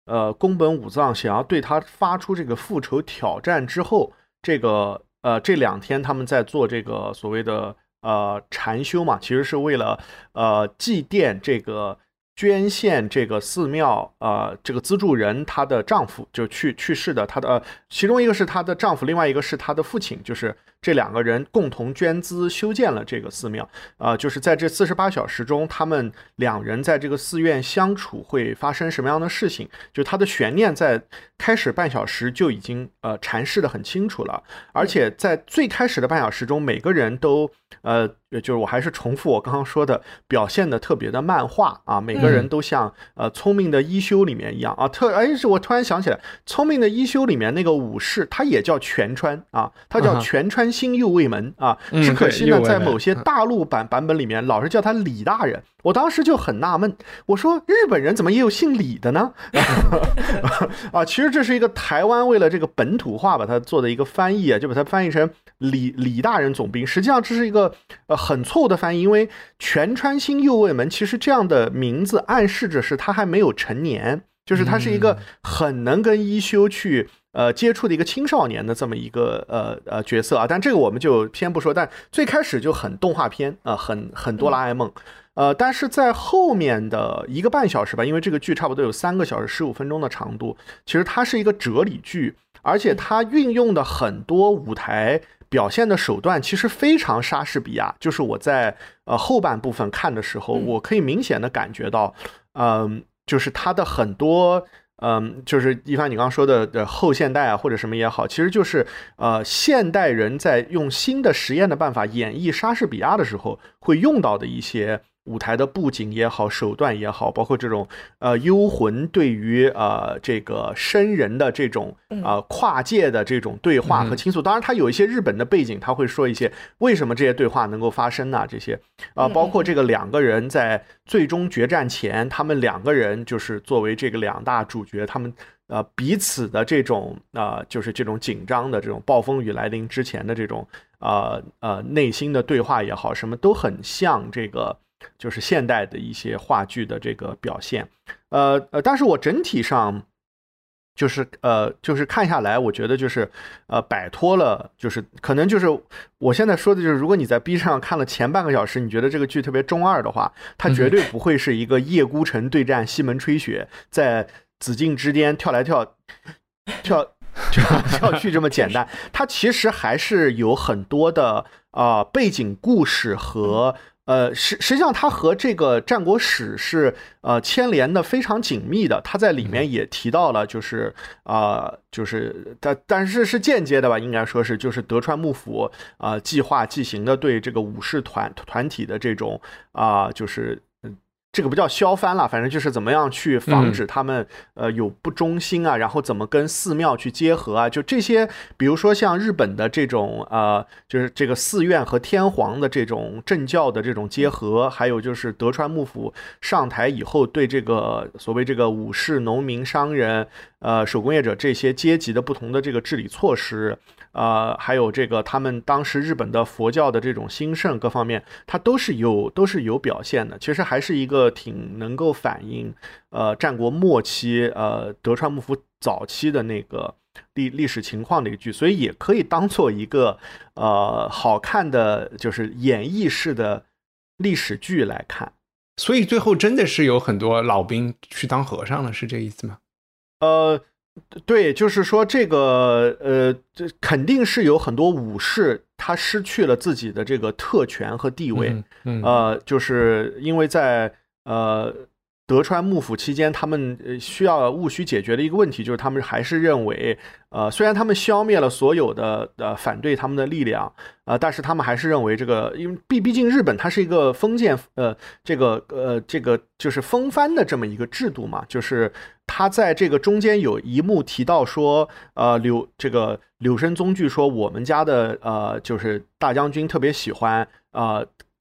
呃宫本武藏想要对他发出这个复仇挑战之后，这个呃这两天他们在做这个所谓的呃禅修嘛，其实是为了呃祭奠这个捐献这个寺庙呃这个资助人她的丈夫就去去世的，她的、呃、其中一个是她的丈夫，另外一个是她的父亲，就是这两个人共同捐资修建了这个寺庙。呃，就是在这四十八小时中，他们两人在这个寺院相处会发生什么样的事情，就他的悬念在开始半小时就已经呃阐释的很清楚了。而且在最开始的半小时中，每个人都呃就是我还是重复我刚刚说的，表现的特别的漫画啊，每个人都像呃聪明的一休里面一样啊，特哎是我突然想起来，聪明的一休里面那个武士他也叫全川啊，他叫全川新右卫门啊，只可惜呢，在某些大陆版版本里面老是叫他李大人，我当时就很纳闷，我说日本人怎么也有姓李的呢？啊，其实这是一个台湾为了这个本土化把它做的一个翻译啊，就把它翻译成李李大人总兵，实际上这是一个呃很错误的翻译，因为全川新右卫门其实这样的名字暗示着是他还没有成年，就是他是一个很能跟一休去呃接触的一个青少年的这么一个呃呃角色啊，但这个我们就先不说，但最开始就很动画片啊、呃，很很哆啦 A 梦。呃，但是在后面的一个半小时吧，因为这个剧差不多有三个小时十五分钟的长度，其实它是一个哲理剧，而且它运用的很多舞台表现的手段其实非常莎士比亚。就是我在呃后半部分看的时候，我可以明显的感觉到，嗯、呃，就是它的很多。嗯，就是一帆你刚刚说的的后现代啊，或者什么也好，其实就是呃现代人在用新的实验的办法演绎莎士比亚的时候会用到的一些舞台的布景也好，手段也好，包括这种呃幽魂对于呃这个生人的这种呃跨界的这种对话和倾诉。当然，它有一些日本的背景，他会说一些为什么这些对话能够发生呢？这些啊、呃，包括这个两个人在最终决战前，他们两个人就是作为这个两大主角，他们呃彼此的这种啊、呃，就是这种紧张的这种暴风雨来临之前的这种呃呃内心的对话也好，什么都很像这个。就是现代的一些话剧的这个表现，呃呃，但是我整体上就是呃就是看下来，我觉得就是呃摆脱了，就是可能就是我现在说的就是，如果你在 B 上看了前半个小时，你觉得这个剧特别中二的话，它绝对不会是一个叶孤城对战西门吹雪，在紫禁之巅跳来跳跳跳跳去这么简单，它其实还是有很多的啊、呃、背景故事和。呃，实实际上它和这个战国史是呃牵连的非常紧密的。它在里面也提到了，就是啊、呃，就是但但是是间接的吧，应该说是就是德川幕府啊、呃、计划进行的对这个武士团团体的这种啊、呃、就是。这个不叫削藩了，反正就是怎么样去防止他们呃有不忠心啊，然后怎么跟寺庙去结合啊，就这些，比如说像日本的这种呃，就是这个寺院和天皇的这种政教的这种结合，还有就是德川幕府上台以后对这个所谓这个武士、农民、商人、呃手工业者这些阶级的不同的这个治理措施。呃，还有这个他们当时日本的佛教的这种兴盛各方面，它都是有都是有表现的。其实还是一个挺能够反映呃战国末期呃德川幕府早期的那个历历史情况的一个剧，所以也可以当做一个呃好看的就是演绎式的历史剧来看。 所以最后真的是有很多老兵去当和尚了，是这意思吗？ 呃。对，就是说这个呃，这肯定是有很多武士他失去了自己的这个特权和地位， 嗯嗯、 呃，就是因为在呃德川幕府期间，他们需要务须解决的一个问题，就是他们还是认为，呃，虽然他们消灭了所有的呃反对他们的力量，呃，但是他们还是认为这个，因为毕毕竟日本它是一个封建呃这个呃这个就是封藩的这么一个制度嘛，就是他在这个中间有一幕提到说，呃柳这个柳生宗据说我们家的呃就是大将军特别喜欢呃。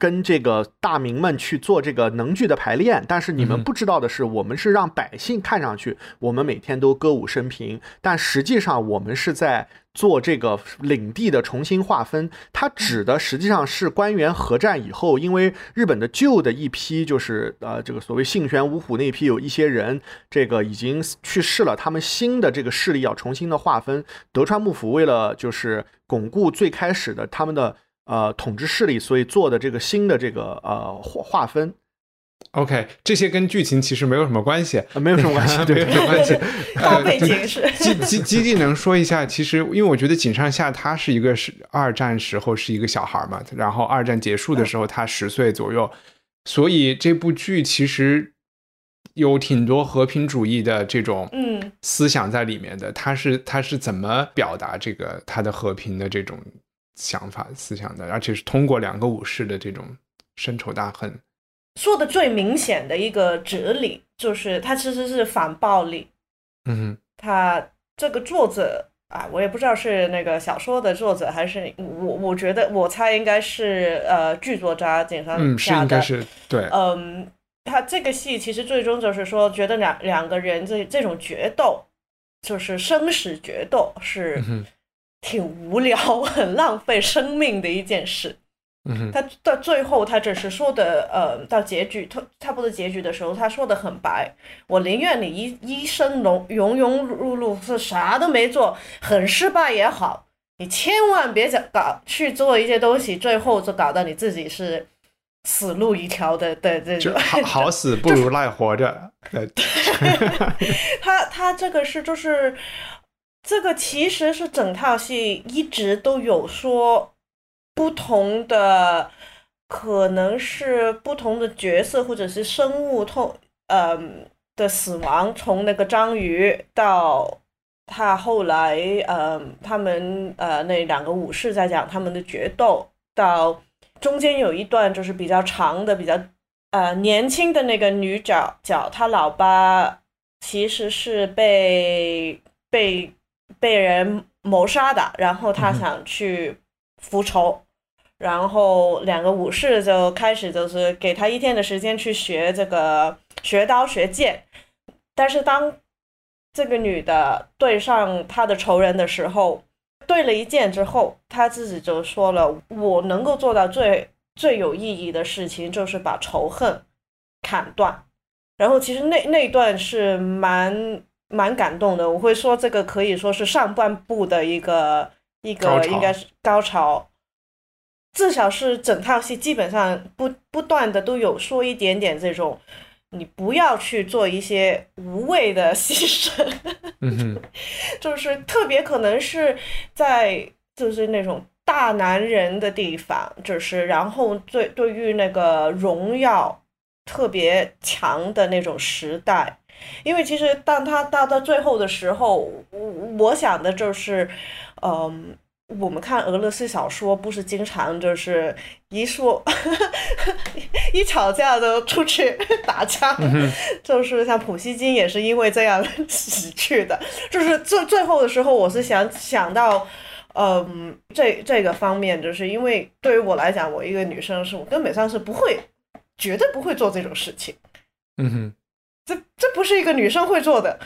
跟这个大明们去做这个能剧的排练，但是你们不知道的是，我们是让百姓看上去我们每天都歌舞升平，但实际上我们是在做这个领地的重新划分。它指的实际上是官员合战以后，因为日本的旧的一批就是呃这个所谓信玄五虎那一批有一些人这个已经去世了，他们新的这个势力要重新的划分。德川幕府为了就是巩固最开始的他们的呃统治势力，所以做的这个新的这个呃划分。 OK， 这些跟剧情其实没有什么关系， 呃、没有什么关系，对， 没有什么关系。 大背景是基基基地能说一下，其实因为我觉得井上下他是一个是二战时候是一个小孩嘛，然后二战结束的时候他十岁左右，所以这部剧其实有挺多和平主义的这种思想在里面的。嗯、他是他是怎么表达这个他的和平的这种想法思想的，而且是通过两个武士的这种深仇大恨。 说的最明显的一个哲理就是他其实是反暴力。 嗯， 他这个作者啊，我也不知道是那个小说的作者还是我，我觉得我猜应该是呃剧作家井上下的。 嗯，是应该是对。 嗯，他这个戏其实最终就是说，觉得两两个人这这种决斗，就是生死决斗，是挺无聊、很浪费生命的一件事。 嗯， 他到最后他只是说的呃，到结局差不多结局的时候他说的很白，我宁愿你一一生庸庸庸碌碌是啥都没做，很失败也好，你千万别搞去做一些东西最后就搞到你自己是死路一条的的这种， 好好死不如赖活着。 他他这个是就是这个其实是整套戏一直都有说不同的，可能是不同的角色或者是生物痛呃的死亡，从那个章鱼到他后来呃他们呃那两个武士在讲他们的决斗，到中间有一段就是比较长的比较呃年轻的那个女角角，她老爸其实是被被被人谋杀的，然后他想去复仇，然后两个武士就开始就是给他一天的时间去学这个学刀学剑，但是当这个女的对上她的仇人的时候，对了一剑之后，她自己就说了，我能够做到最最有意义的事情就是把仇恨砍断。然后其实那那一段是蛮蛮感动的，我会说这个可以说是上半部的一个一个应该是高潮，至少是整套戏基本上不不断的都有说一点点这种，你不要去做一些无谓的牺牲。 嗯， 就是特别可能是在就是那种大男人的地方，就是然后对对于那个荣耀特别强的那种时代。因为其实当他到到最后的时候，我想的就是嗯，我们看俄罗斯小说不是经常就是一说一吵架都出去打仗，嗯、就是像普希金也是因为这样死去的。就是最最后的时候我是想想到嗯，这这个方面，就是因为对于我来讲，我一个女生是我根本上是不会绝对不会做这种事情。 嗯哼， 这这不是一个女生会做的。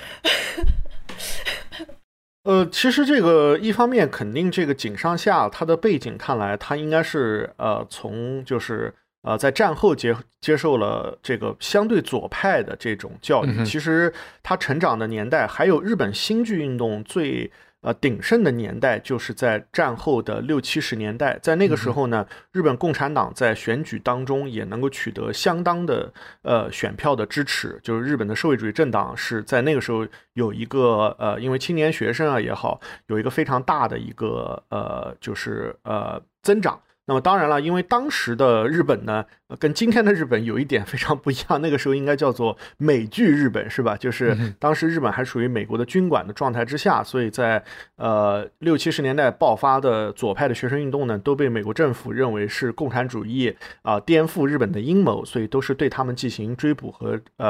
呃，其实这个一方面肯定这个井上下他的背景看来，他应该是呃从就是呃在战后接接受了这个相对左派的这种教育。嗯、其实他成长的年代，还有日本新剧运动最呃鼎盛的年代，就是在战后的六七十年代。在那个时候呢，嗯、日本共产党在选举当中也能够取得相当的呃选票的支持，就是日本的社会主义政党是在那个时候有一个呃，因为青年学生啊也好，有一个非常大的一个呃，就是呃增长。那么当然了，因为当时的日本呢，跟今天的日本有一点非常不一样，那个时候应该叫做美剧日本，是吧？就是当时日本还属于美国的军管的状态之下，所以在呃六七十年代爆发的左派的学生运动呢，都被美国政府认为是共产主义啊、呃、颠覆日本的阴谋，所以都是对他们进行追捕和呃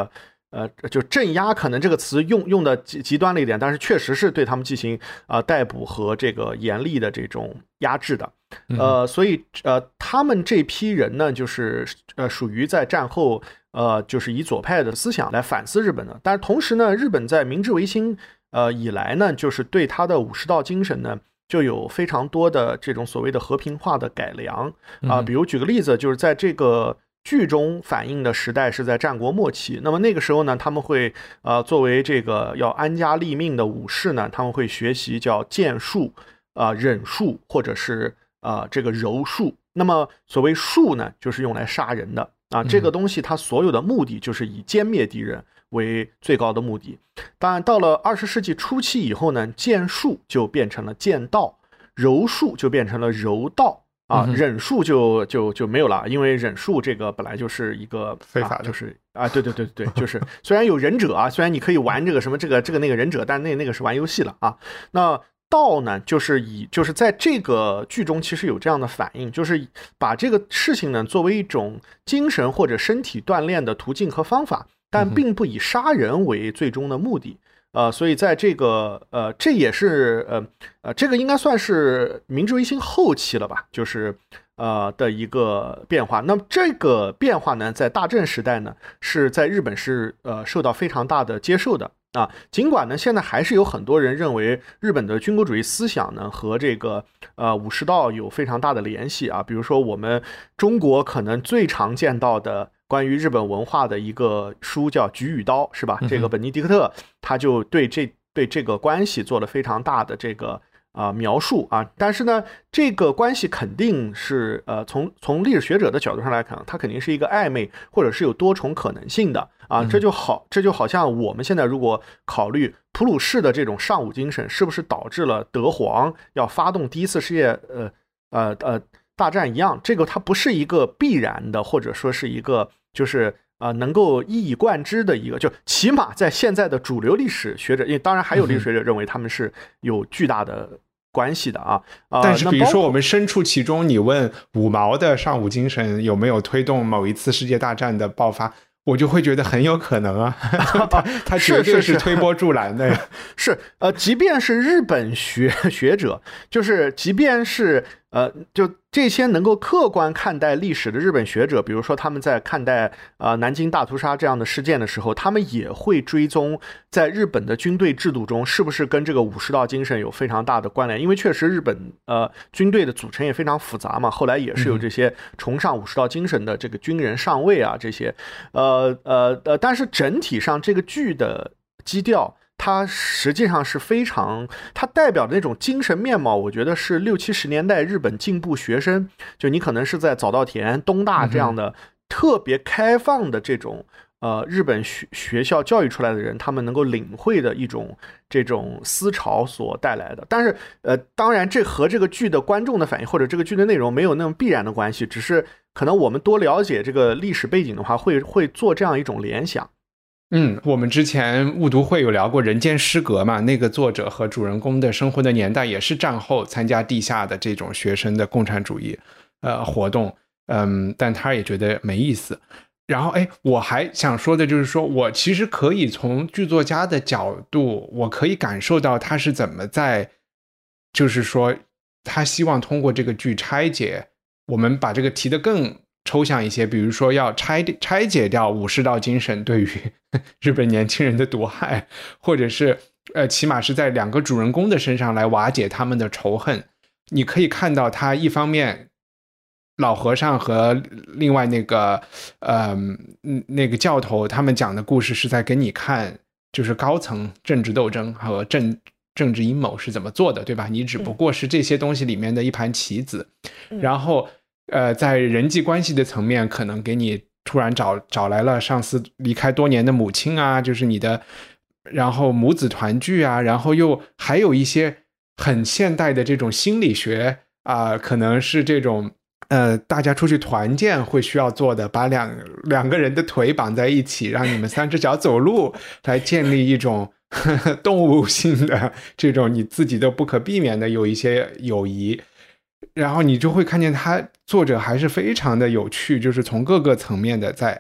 呃，就镇压可能这个词用用的极极端了一点，但是确实是对他们进行呃逮捕和这个严厉的这种压制的。呃，所以呃，他们这批人呢，就是呃属于在战后呃就是以左派的思想来反思日本的。但是同时呢，日本在明治维新呃以来呢，就是对他的武士道精神呢，就有非常多的这种所谓的和平化的改良啊、呃。比如举个例子，就是在这个剧中反映的时代是在战国末期，那么那个时候呢，他们会呃作为这个要安家立命的武士呢，他们会学习叫剑术、啊、呃、忍术或者是啊、呃、这个柔术。那么所谓术呢，就是用来杀人的啊，这个东西它所有的目的就是以歼灭敌人为最高的目的。当然，到了二十世纪初期以后呢，剑术就变成了剑道，柔术就变成了柔道。啊，忍术就就就没有了，因为忍术这个本来就是一个非法的， 啊、就是啊，对对对对，就是虽然有忍者啊，虽然你可以玩这个什么这个这个那个忍者，但那那个是玩游戏了啊。那道呢，就是以就是在这个剧中其实有这样的反应，就是把这个事情呢作为一种精神或者身体锻炼的途径和方法，但并不以杀人为最终的目的。呃，所以在这个呃，这也是呃呃，这个应该算是明治维新后期了吧，就是呃的一个变化。那么这个变化呢，在大正时代呢，是在日本是呃受到非常大的接受的啊。尽管呢，现在还是有很多人认为日本的军国主义思想呢和这个呃武士道有非常大的联系啊。比如说我们中国可能最常见到的关于日本文化的一个书叫《菊与刀》，是吧？这个本尼迪克特他就对这对这个关系做了非常大的这个啊、呃、描述啊。但是呢，这个关系肯定是呃从从历史学者的角度上来看，它肯定是一个暧昧或者是有多重可能性的啊。这就好这就好像我们现在如果考虑普鲁士的这种尚武精神是不是导致了德皇要发动第一次世界呃呃呃。大战一样，这个它不是一个必然的，或者说是一个就是呃能够一以贯之的一个，就起码在现在的主流历史学者，因为当然还有历史学者认为他们是有巨大的关系的啊。呃、 但是比如说我们身处其中，你问五毛的尚武精神有没有推动某一次世界大战的爆发，我就会觉得很有可能啊，他他绝对是推波助澜的呀。 是, 是, 是呃，即便是日本学学者，就是即便是呃，就这些能够客观看待历史的日本学者，比如说他们在看待呃南京大屠杀这样的事件的时候，他们也会追踪在日本的军队制度中是不是跟这个武士道精神有非常大的关联，因为确实日本呃军队的组成也非常复杂嘛，后来也是有这些崇尚武士道精神的这个军人上尉啊这些，呃呃呃，但是整体上这个剧的基调，它实际上是非常，它代表的那种精神面貌，我觉得是六七十年代日本进步学生，就你可能是在早稻田、东大这样的特别开放的这种呃日本学学校教育出来的人，他们能够领会的一种这种思潮所带来的。但是呃，当然这和这个剧的观众的反应或者这个剧的内容没有那么必然的关系，只是可能我们多了解这个历史背景的话，会会做这样一种联想。 嗯，我们之前误读会有聊过《人间失格》嘛，那个作者和主人公的生活的年代也是战后参加地下的这种学生的共产主义呃活动，嗯，但他也觉得没意思。然后哎，我还想说的就是说，我其实可以从剧作家的角度，我可以感受到他是怎么在，就是说他希望通过这个剧拆解，我们把这个提得更抽象一些，比如说要拆拆解掉武士道精神对于日本年轻人的毒害，或者是呃，起码是在两个主人公的身上来瓦解他们的仇恨。你可以看到他一方面老和尚和另外那个呃那个教头他们讲的故事是在给你看就是高层政治斗争和政政治阴谋是怎么做的，对吧？你只不过是这些东西里面的一盘棋子， 嗯、 然后呃，在人际关系的层面，可能给你突然找找来了上司离开多年的母亲啊，就是你的，然后母子团聚啊，然后又还有一些很现代的这种心理学啊、呃，可能是这种呃，大家出去团建会需要做的，把两两个人的腿绑在一起，让你们三只脚走路，来建立一种呵呵动物性的这种你自己都不可避免的有一些友谊。然后你就会看见他作者还是非常的有趣，就是从各个层面的在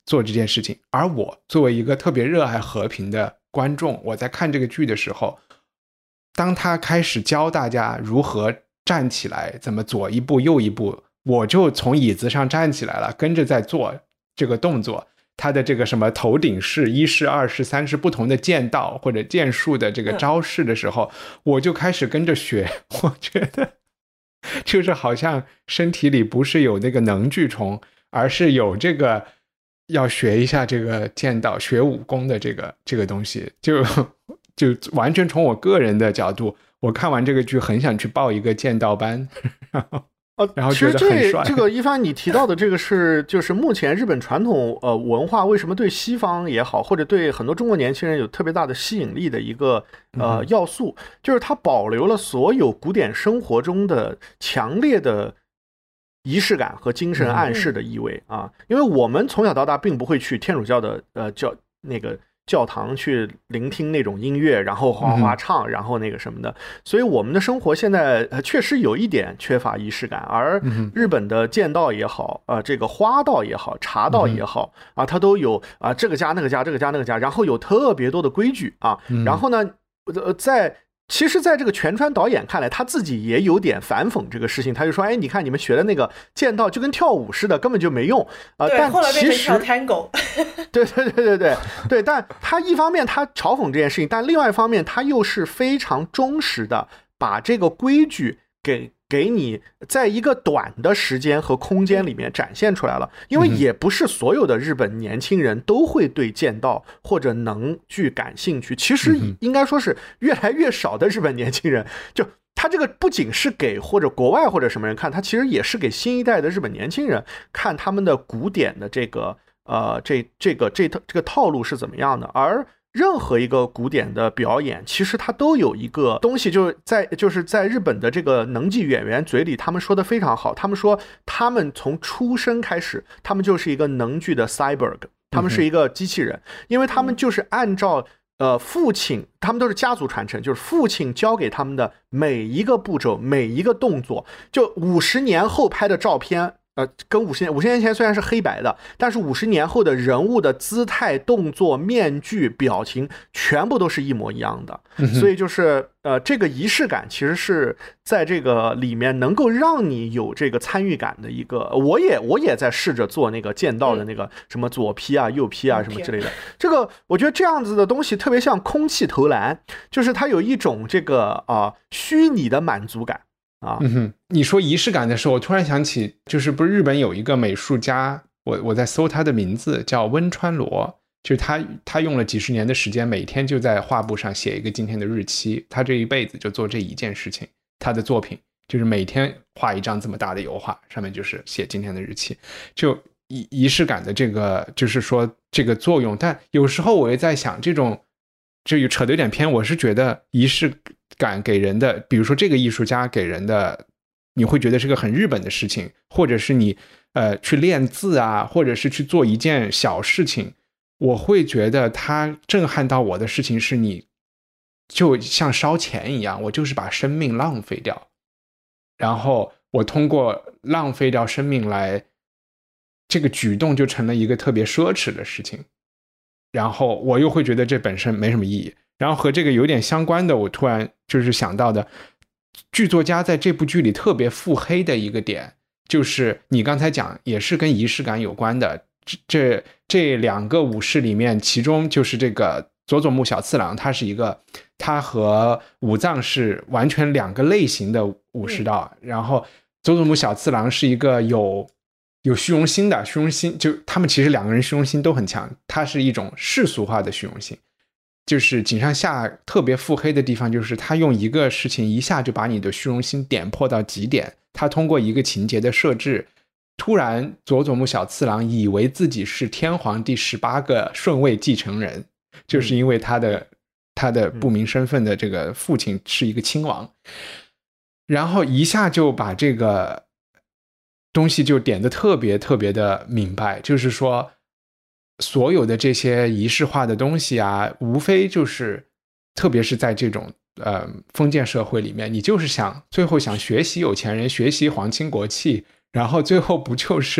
做这件事情。而我作为一个特别热爱和平的观众，我在看这个剧的时候，当他开始教大家如何站起来，怎么左一步右一步，我就从椅子上站起来了，跟着在做这个动作。他的这个什么头顶式、一式、二式、三式不同的剑道或者剑术的这个招式的时候，我就开始跟着学。我觉得就是好像身体里不是有那个能聚虫，而是有这个要学一下这个剑道、学武功的这个这个东西。就就完全从我个人的角度，我看完这个剧很想去报一个剑道班。然后呃， 然后觉得很帅。 其实这这个一帆你提到的这个是，就是目前日本传统呃文化为什么对西方也好，或者对很多中国年轻人有特别大的吸引力的一个呃要素，就是它保留了所有古典生活中的强烈的仪式感和精神暗示的意味啊。因为我们从小到大并不会去天主教的呃教那个教堂去聆听那种音乐，然后哗哗唱，然后那个什么的，所以我们的生活现在确实有一点缺乏仪式感。而日本的剑道也好，呃，这个花道也好，茶道也好啊，它都有啊这个家那个家这个家那个家，然后有特别多的规矩啊，然后呢，呃，在其实在这个全川导演看来，他自己也有点反讽这个事情，他就说，哎，你看你们学的那个剑道就跟跳舞似的，根本就没用啊、呃。但后来变成跳 tango。对对对对对对，但他一方面他嘲讽这件事情，但另外一方面他又是非常忠实的把这个规矩给给你在一个短的时间和空间里面展现出来了。因为也不是所有的日本年轻人都会对剑道或者能剧感兴趣，其实应该说是越来越少的日本年轻人，就他这个不仅是给或者国外或者什么人看，他其实也是给新一代的日本年轻人看他们的古典的这个呃这这个这这个套路是怎么样的。而任何一个古典的表演，其实它都有一个东西，就是在就是在日本的这个能剧演员嘴里，他们说的非常好。他们说，他们从出生开始，他们就是一个能剧的 cyborg， 他们是一个机器人，因为他们就是按照呃父亲，他们都是家族传承，就是父亲教给他们的每一个步骤、每一个动作，就五十年后拍的照片。呃，跟五十年五十年前虽然是黑白的，但是五十年后的人物的姿态、动作、面具、表情，全部都是一模一样的。嗯、所以就是呃，这个仪式感其实是在这个里面能够让你有这个参与感的一个。我也我也在试着做那个剑道的那个什么左劈啊、右劈啊什么之类的。这个我觉得这样子的东西特别像空气投篮，就是它有一种这个啊、呃、虚拟的满足感。啊， 嗯哼，你说仪式感的时候，我突然想起，就是不是日本有一个美术家，我我在搜他的名字叫温川罗，就是他他用了几十年的时间，每天就在画布上写一个今天的日期，他这一辈子就做这一件事情。他的作品就是每天画一张这么大的油画，上面就是写今天的日期，就仪仪式感的这个就是说这个作用。但有时候我也在想，这种就扯得有点偏，我是觉得仪式感给人的，比如说这个艺术家给人的，你会觉得是个很日本的事情，或者是你呃去练字啊，或者是去做一件小事情，我会觉得它震撼到我的事情是你就像烧钱一样，我就是把生命浪费掉，然后我通过浪费掉生命来，这个举动就成了一个特别奢侈的事情，然后我又会觉得这本身没什么意义。然后和这个有点相关的，我突然就是想到的，剧作家在这部剧里特别腹黑的一个点，就是你刚才讲也是跟仪式感有关的。这这这两个武士里面，其中就是这个佐佐木小次郎，他是一个，他和武藏是完全两个类型的武士道。然后佐佐木小次郎是一个有有虚荣心的，虚荣心就他们其实两个人虚荣心都很强，他是一种世俗化的虚荣心。就是井上下特别腹黑的地方，就是他用一个事情一下就把你的虚荣心点破到极点。他通过一个情节的设置，突然佐佐木小次郎以为自己是天皇第十八个顺位继承人，就是因为他的他的不明身份的这个父亲是一个亲王，然后一下就把这个东西就点得特别特别的明白，就是说所有的这些仪式化的东西啊，无非就是特别是在这种呃封建社会里面，你就是想最后想学习有钱人，学习皇亲国戚，然后最后不就是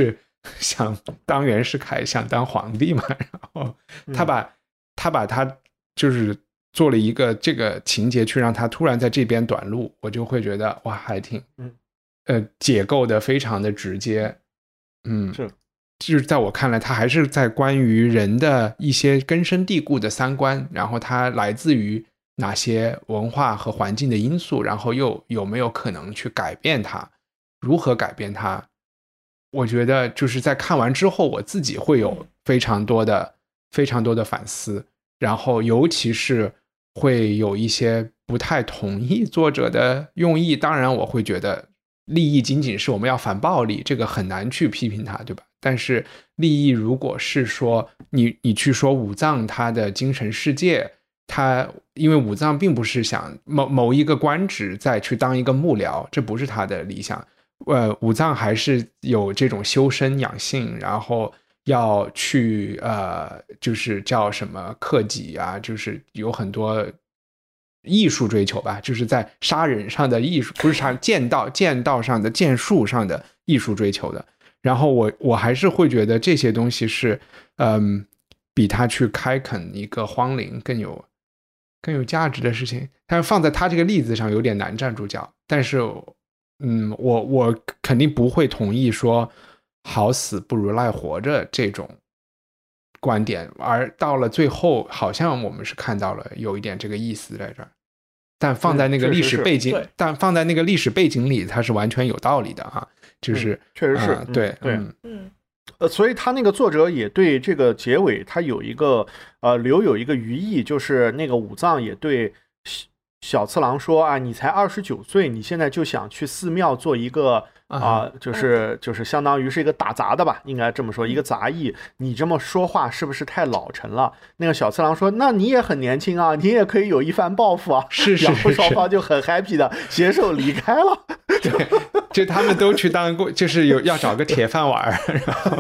想当袁世凯，想当皇帝嘛，然后他把、嗯、他把他就是做了一个这个情节去让他突然在这边短路，我就会觉得哇还挺呃解构的非常的直接。嗯， 是就是在我看来他还是在关于人的一些根深蒂固的三观，然后它来自于哪些文化和环境的因素，然后又有没有可能去改变它，如何改变它。我觉得就是在看完之后我自己会有非常多的非常多的反思，然后尤其是会有一些不太同意作者的用意。当然我会觉得利益仅仅是我们要反暴力，这个很难去批评它，对吧？但是利益如果是说你你去说武藏他的精神世界，他因为武藏并不是想某某一个官职再去当一个幕僚，这不是他的理想。呃，武藏还是有这种修身养性，然后要去呃，就是叫什么克己啊，就是有很多艺术追求吧，就是在杀人上的艺术，不是杀剑道剑道上的剑术上的艺术追求的。然后我我还是会觉得这些东西是嗯，比他去开垦一个荒陵更有更有价值的事情。但是放在他这个例子上有点难站住脚，但是嗯，我我肯定不会同意说好死不如赖活着这种观点，而到了最后好像我们是看到了有一点这个意思在这儿，但放在那个历史背景、嗯、但放在那个历史背景里它是完全有道理的啊，就是、 嗯、确实是、 呃、对、 嗯、对嗯呃，所以他那个作者也对这个结尾他有一个呃留有一个余意，就是那个武藏也对小次郎说啊，你才二十九岁，你现在就想去寺庙做一个啊、呃，就是就是相当于是一个打杂的吧，应该这么说，一个杂役。你这么说话是不是太老成了？那个小次郎说，那你也很年轻啊，你也可以有一番抱负啊。 是是是， 然后双方就很 happy 的携手离开了。 对，就他们都去当过，就是有要找个铁饭碗，然后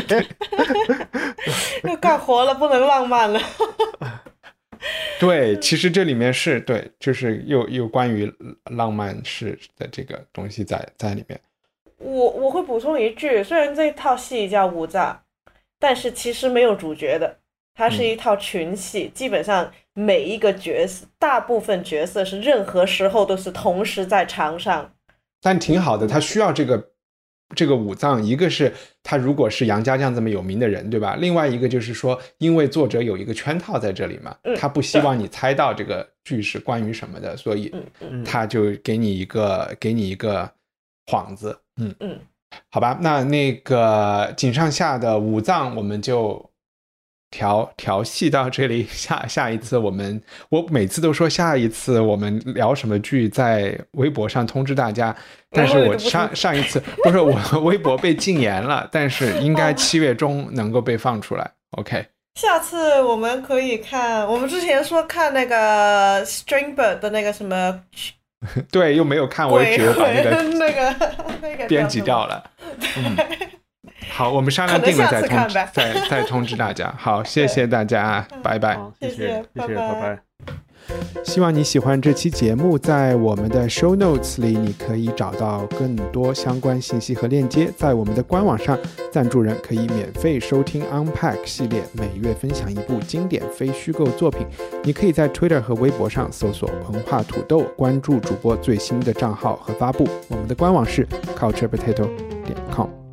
又干活了，不能浪漫了。 对，其实这里面是对，就是有有关于浪漫式的这个东西在在里面。 我我会补充一句，虽然这套戏叫武藏，但是其实没有主角的，它是一套群戏、嗯、基本上每一个角色，大部分角色是任何时候都是同时在场上。 但挺好的，他需要这个这个武藏，一个是他如果是杨家将这么有名的人，对吧？另外一个就是说，因为作者有一个圈套在这里嘛，嗯、他不希望你猜到这个剧是关于什么的，所以他就给你一个给你一个幌子。嗯嗯，好吧，那那个井上下的武藏我们就调调戏到这里，下下一次我们我每次都说下一次我们聊什么剧在微博上通知大家，但是我上上一次不是我微博被禁言了，但是应该七月中能够被放出来。OK， 下次我们可以看，我们之前说看那个 Stringbird 的那个什么。 对，又没有看，我也只有把那个那个那个编辑掉了。嗯，好，我们商量定了再通知，再再通知大家。好，谢谢大家，拜拜。 谢谢，谢谢，拜拜。 希望你喜欢这期节目，在我们的 show notes 里你可以找到更多相关信息和链接。在我们的官网上，赞助人可以免费收听 Unpack 系列，每月分享一部经典非虚构作品。你可以在 Twitter 和微博上搜索文化土豆，关注主播最新的账号和发布。我们的官网是 culture potato 点 com。